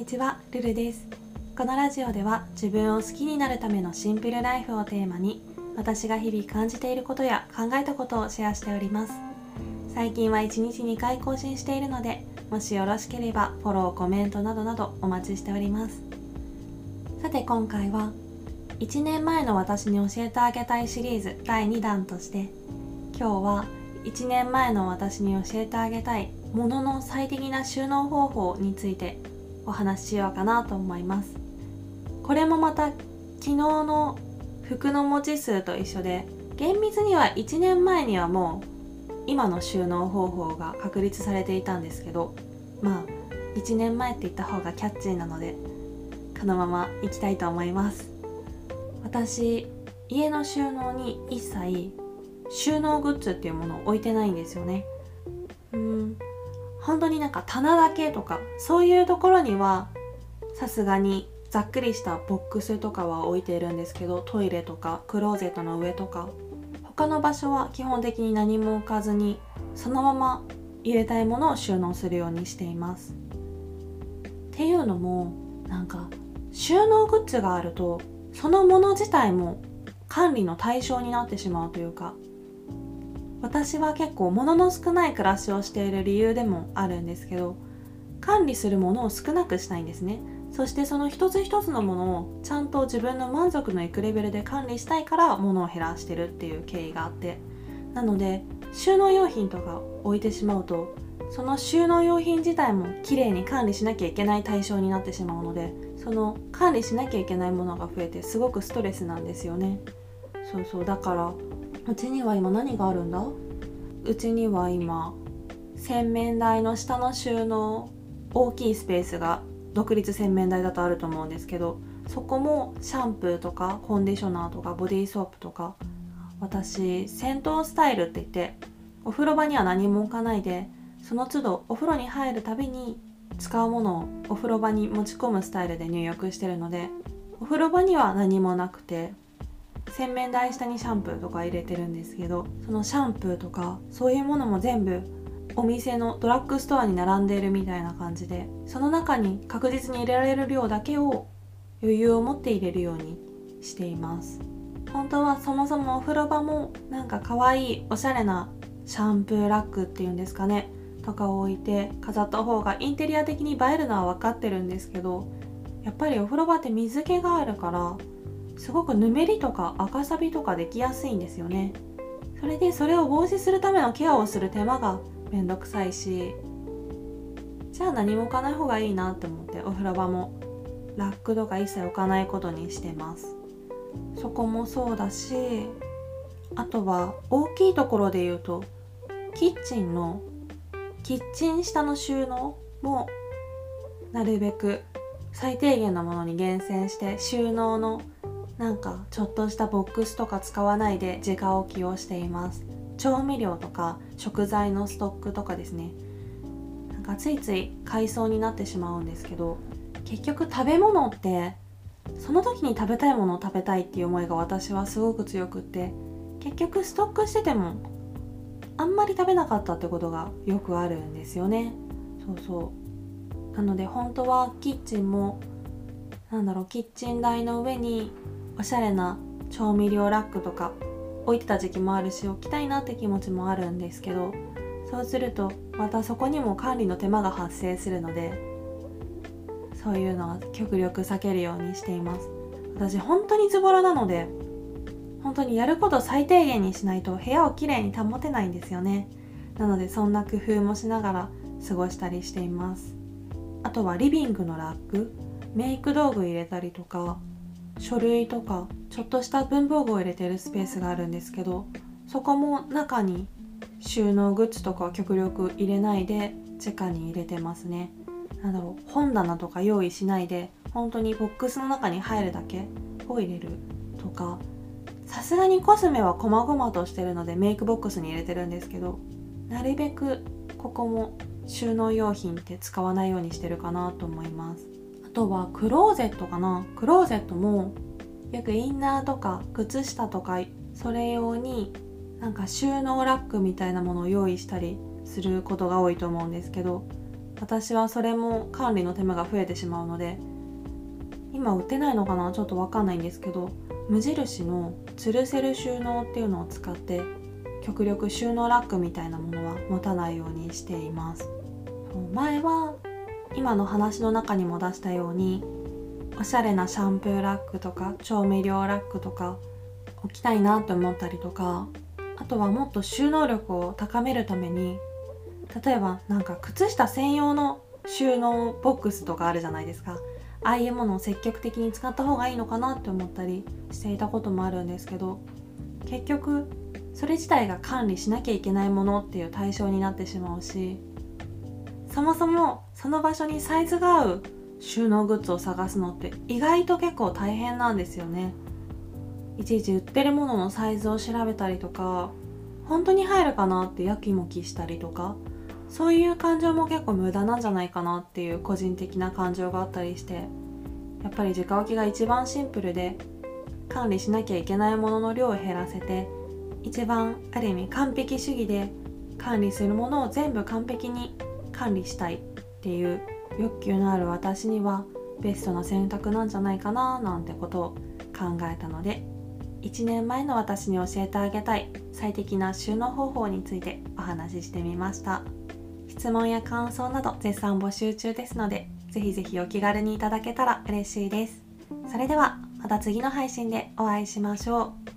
ちは、ルルです。このラジオでは自分を好きになるためのシンプルライフをテーマに、私が日々感じていることや考えたことをシェアしております。最近は1日2回更新しているので、もしよろしければフォロー、コメントなどなどお待ちしております。さて今回は1年前の私に教えてあげたいシリーズ第2弾として、今日は1年前の私に教えてあげたい物の最適な収納方法についてお話ししようかなと思います。これもまた昨日の服の文字数と一緒で、厳密には1年前にはもう今の収納方法が確立されていたんですけど、1年前って言った方がキャッチーなのでこのままいきたいと思います。私、家の収納に一切収納グッズっていうものを置いてないんですよね。本当に棚だけとかそういうところにはさすがにざっくりしたボックスとかは置いているんですけど、トイレとかクローゼットの上とか他の場所は基本的に何も置かずに、そのまま入れたいものを収納するようにしています。っていうのも収納グッズがあるとそのもの自体も管理の対象になってしまうというか、私は結構物の少ない暮らしをしている理由でもあるんですけど、管理するものを少なくしたいんですね。そしてその一つ一つのものをちゃんと自分の満足のいくレベルで管理したいから物を減らしてるっていう経緯があって、なので収納用品とか置いてしまうと、その収納用品自体もきれいに管理しなきゃいけない対象になってしまうので、その管理しなきゃいけないものが増えてすごくストレスなんですよね。だからうちには今何があるんだ？うちには今洗面台の下の収納、大きいスペースが独立洗面台だとあると思うんですけど、そこもシャンプーとかコンディショナーとかボディーソープとか、私銭湯スタイルって言ってお風呂場には何も置かないで、その都度お風呂に入るたびに使うものをお風呂場に持ち込むスタイルで入浴してるので、お風呂場には何もなくて、洗面台下にシャンプーとか入れてるんですけど、そのシャンプーとかそういうものも全部お店のドラッグストアに並んでいるみたいな感じで、その中に確実に入れられる量だけを余裕を持って入れるようにしています。本当はそもそもお風呂場も可愛いおしゃれなシャンプーラックっていうんですかねとかを置いて飾った方がインテリア的に映えるのは分かってるんですけど、やっぱりお風呂場って水気があるからすごくぬめりとか赤サビとかできやすいんですよね。それでそれを防止するためのケアをする手間がめんどくさいし、じゃあ何も置かない方がいいなって思って、お風呂場もラックとか一切置かないことにしてます。そこもそうだし、あとは大きいところで言うとキッチン下の収納もなるべく最低限のものに厳選して、収納のちょっとしたボックスとか使わないで直置きをしています。調味料とか食材のストックとかですね、ついつい買いそうになってしまうんですけど、結局食べ物ってその時に食べたいものを食べたいっていう思いが私はすごく強くって、結局ストックしててもあんまり食べなかったってことがよくあるんですよね。なので本当はキッチンもキッチン台の上におしゃれな調味料ラックとか置いてた時期もあるし、置きたいなって気持ちもあるんですけど、そうするとまたそこにも管理の手間が発生するので、そういうのは極力避けるようにしています。私本当にズボラなので、本当にやること最低限にしないと部屋をきれいに保てないんですよね。なのでそんな工夫もしながら過ごしたりしています。あとはリビングのラック、メイク道具入れたりとか、書類とかちょっとした文房具を入れてるスペースがあるんですけど、そこも中に収納グッズとかは極力入れないで直に入れてますね。本棚とか用意しないで本当にボックスの中に入るだけを入れるとか、さすがにコスメは細々としてるのでメイクボックスに入れてるんですけど、なるべくここも収納用品って使わないようにしてるかなと思います。あとはクローゼットかな。クローゼットもよくインナーとか靴下とかそれ用に収納ラックみたいなものを用意したりすることが多いと思うんですけど、 私はそれも管理の手間が増えてしまうので、今売ってないのかな、ちょっとわかんないんですけど、無印の吊るせる収納っていうのを使って極力収納ラックみたいなものは持たないようにしています。前は今の話の中にも出したようにおしゃれなシャンプーラックとか調味料ラックとか置きたいなと思ったりとか、あとはもっと収納力を高めるために、例えばなんか靴下専用の収納ボックスとかあるじゃないですか。ああいうものを積極的に使った方がいいのかなって思ったりしていたこともあるんですけど、結局それ自体が管理しなきゃいけないものっていう対象になってしまうし、そもそもその場所にサイズが合う収納グッズを探すのって意外と結構大変なんですよね。いちいち売ってるもののサイズを調べたりとか、本当に入るかなってやきもきしたりとか、そういう感情も結構無駄なんじゃないかなっていう個人的な感情があったりして、やっぱり直置きが一番シンプルで、管理しなきゃいけないものの量を減らせて、一番ある意味完璧主義で管理するものを全部完璧に管理したいっていう欲求のある私にはベストな選択なんじゃないかななんてことを考えたので、1年前の私に教えてあげたい最適な収納方法についてお話ししてみました。質問や感想など絶賛募集中ですので、ぜひぜひお気軽にいただけたら嬉しいです。それではまた次の配信でお会いしましょう。